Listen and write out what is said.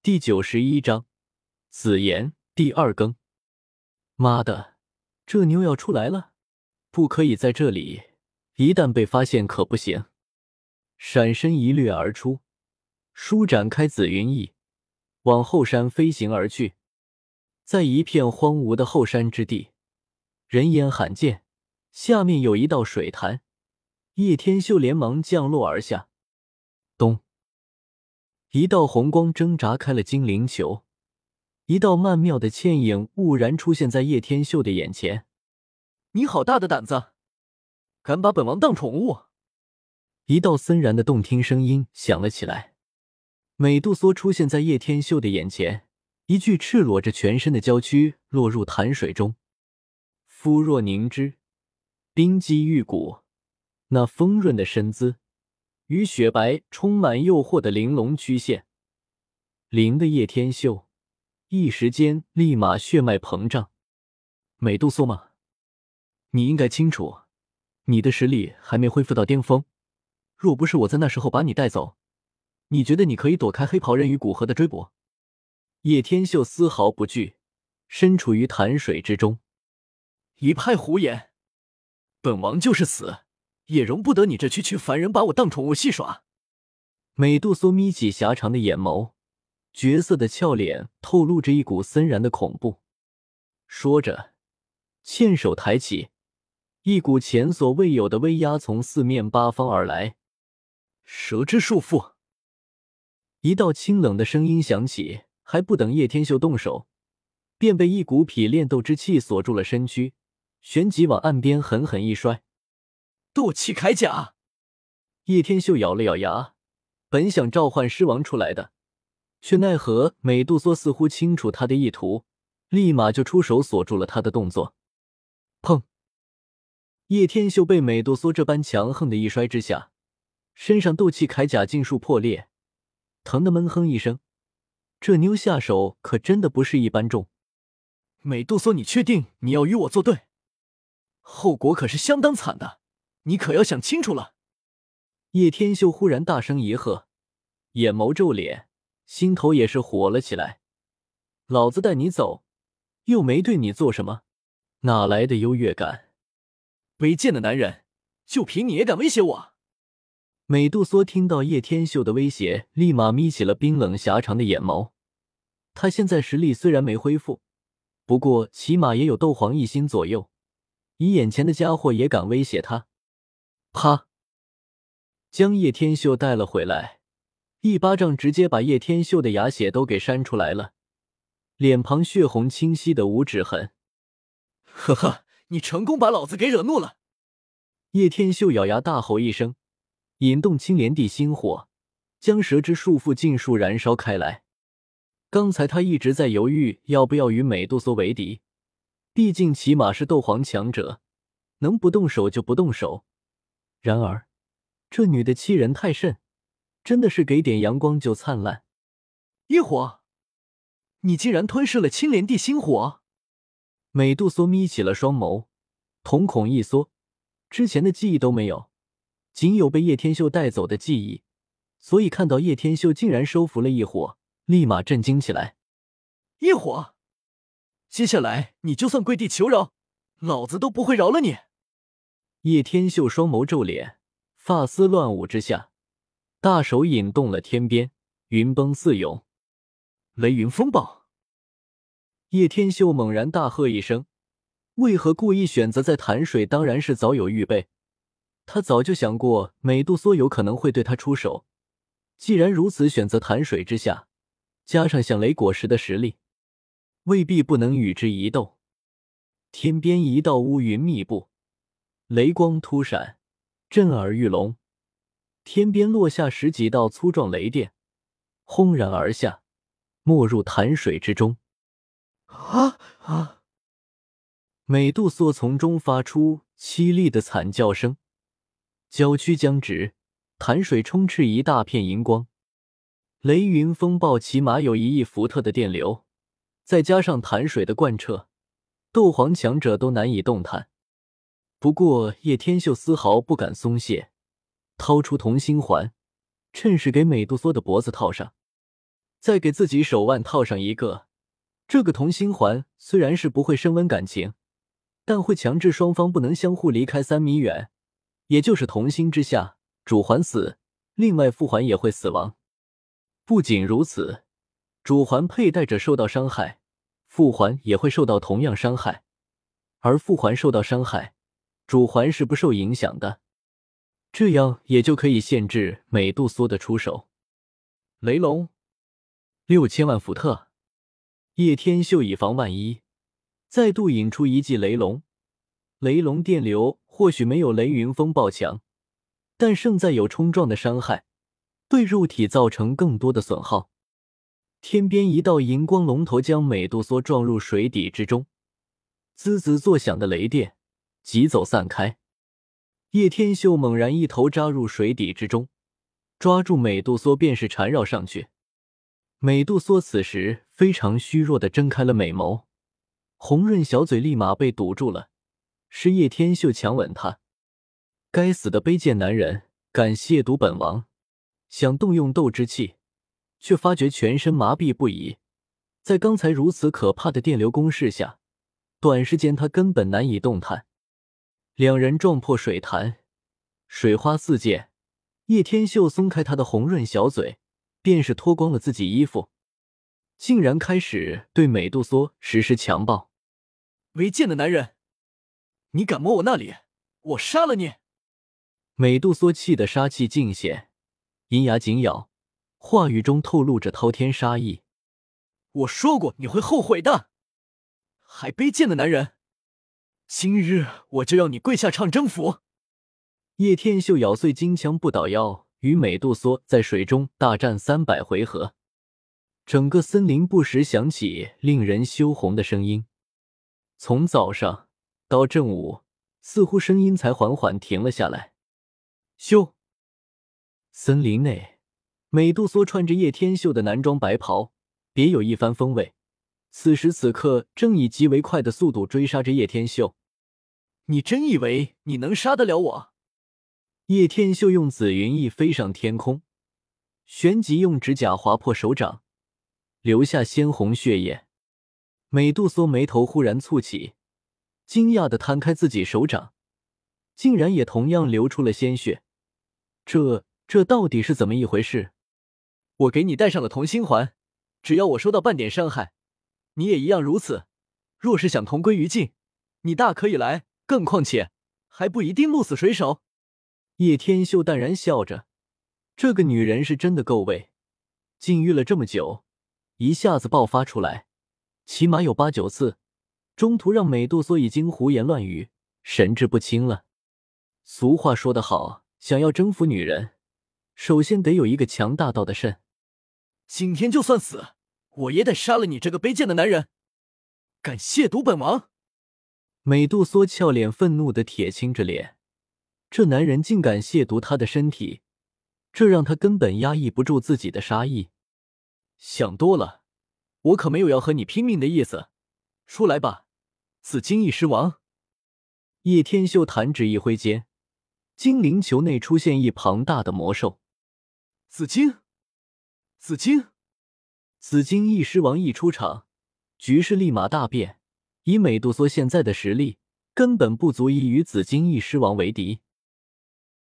第91章紫炎第二更。妈的，这妞要出来了，不可以在这里，一旦被发现可不行。闪身一掠而出，舒展开紫云翼，往后山飞行而去。在一片荒芜的后山之地，人烟罕见，下面有一道水潭，叶天秀连忙降落而下。咚！一道红光挣扎开了精灵球，一道曼妙的倩影兀然出现在叶天秀的眼前。 你好大的胆子，敢把本王当宠物！ 一道森然的动听声音响了起来。美杜莎出现在叶天秀的眼前，一具赤裸着全身的娇躯落入潭水中，肤若凝脂，冰肌玉骨，那丰润的身姿与雪白充满诱惑的玲珑曲线，灵的叶天秀一时间立马血脉膨胀。美杜莎吗？你应该清楚，你的实力还没恢复到巅峰，若不是我在那时候把你带走，你觉得你可以躲开黑袍人与古河的追捕？叶天秀丝毫不惧，身处于潭水之中。 一派胡言，本王就是死也容不得你这区区凡人把我当宠物戏耍。 美杜莎眯起狭长的眼眸，绝色的俏脸透露着一股森然的恐怖。说着，纤手抬起，一股前所未有的威压从四面八方而来。 蛇之束缚！ 一道清冷的声音响起，还不等叶天秀动手，便被一股匹练斗之气锁住了身躯，旋即往岸边狠狠一摔。 斗气铠甲！ 叶天秀咬了咬牙，本想召唤狮王出来的，却奈何美杜莎似乎清楚他的意图，立马就出手锁住了他的动作。砰！叶天秀被美杜莎这般强横的一摔之下，身上斗气铠甲尽数破裂，疼得闷哼一声。这妞下手可真的不是一般重。 美杜莎，你确定你要与我作对？后果可是相当惨的，你可要想清楚了。 叶天秀忽然大声一喝，眼眸皱脸，心头也是火了起来。老子带你走，又没对你做什么，哪来的优越感？ 卑贱的男人，就凭你也敢威胁我？ 美杜莎听到叶天秀的威胁，立马眯起了冰冷狭长的眼眸。他现在实力虽然没恢复，不过起码也有斗皇1星左右，以眼前的家伙也敢威胁他。啪！将叶天秀带了回来，一巴掌直接把叶天秀的牙血都给扇出来了，脸庞血红清晰的无指痕。 呵呵，你成功把老子给惹怒了！ 叶天秀咬牙大吼一声，引动青莲地心火，将蛇之束缚尽数燃烧开来。刚才他一直在犹豫要不要与美杜莎为敌，毕竟起码是斗皇强者，能不动手就不动手。然而这女的欺人太甚，真的是给点阳光就灿烂。 异火，你竟然吞噬了青莲地心火！ 美杜莎眯起了双眸，瞳孔一缩，之前的记忆都没有，仅有被叶天秀带走的记忆，所以看到叶天秀竟然收服了异火，立马震惊起来。 异火，接下来你就算跪地求饶，老子都不会饶了你！ 叶天秀双眸皱脸，发丝乱舞之下，大手引动了天边，云崩四涌， 雷云风暴。 叶天秀猛然大喝一声，为何故意选择在潭水？当然是早有预备，他早就想过美杜莎有可能会对他出手，既然如此，选择潭水之下，加上像雷果实的实力，未必不能与之一斗。天边一道乌云密布，雷光突闪，震耳欲聋，天边落下十几道粗壮雷电，轰然而下，没入潭水之中。 啊啊！ 美杜莎从中发出凄厉的惨叫声，娇躯僵直，潭水充斥一大片银光。雷云风暴起码有1亿伏特的电流，再加上潭水的贯彻，斗皇强者都难以动弹。不过叶天秀丝毫不敢松懈，掏出同心环，趁势给美杜莎的脖子套上。 再给自己手腕套上一个。这个同心环虽然是不会升温感情，但会强制双方不能相互离开3米远，也就是同心之下，主环死，另外副环也会死亡。不仅如此，主环佩戴者受到伤害，副环也会受到同样伤害，而副环受到伤害，主环是不受影响的。这样也就可以限制美杜莎的出手。雷龙6000万伏特，叶天秀以防万一，再度引出一记雷龙。雷龙电流或许没有雷云风暴强，但胜在有冲撞的伤害，对肉体造成更多的损耗。天边一道荧光龙头将美杜莎撞入水底之中，滋滋作响的雷电疾走散开。叶天秀猛然一头扎入水底之中，抓住美杜莎便是缠绕上去。美杜莎此时非常虚弱地睁开了美眸，红润小嘴立马被堵住了，是叶天秀强吻她。该死的卑贱男人，敢亵渎本王！想动用斗之气，却发觉全身麻痹不已。在刚才如此可怕的电流攻势下，短时间他根本难以动弹。两人撞破水潭，水花四溅。叶天秀松开他的红润小嘴，便是脱光了自己衣服，竟然开始对美杜莎实施强暴。 违贱的男人，你敢摸我那里，我杀了你！ 美杜莎气得杀气尽显，银牙紧咬，话语中透露着滔天杀意。 我说过你会后悔的，还卑贱的男人，今日我就要你跪下唱征服！ 叶天秀咬碎金枪不倒腰，与美杜莎在水中大战300回合。整个森林不时响起令人羞红的声音。从早上到正午，似乎声音才缓缓停了下来。咻！森林内，美杜莎穿着叶天秀的男装白袍，别有一番风味。此时此刻，正以极为快的速度追杀着叶天秀。 你真以为你能杀得了我？ 叶天秀用紫云翼飞上天空，旋即用指甲划破手掌，留下鲜红血液。美杜莎眉头忽然蹙起，惊讶地摊开自己手掌，竟然也同样流出了鲜血。这到底是怎么一回事？ 我给你戴上了同心环，只要我受到半点伤害，你也一样如此。若是想同归于尽，你大可以来，更况且还不一定鹿死谁手。 叶天秀淡然笑着，这个女人是真的够味，禁欲了这么久，一下子爆发出来，起码有8、9次，中途让美杜莎已经胡言乱语，神志不清了。俗话说得好，想要征服女人，首先得有一个强大到的肾。 今天就算死，我也得杀了你这个卑贱的男人！敢亵渎本王！ 美杜莎俏脸愤怒地铁青着脸，这男人竟敢亵渎她的身体，这让她根本压抑不住自己的杀意。 想多了，我可没有要和你拼命的意思。出来吧，紫金翼狮王！ 叶天秀弹指一挥间，精灵球内出现一庞大的魔兽。 紫金紫金翼狮王一出场，局势立马大变。以美杜莎现在的实力，根本不足以与紫金翼狮王为敌。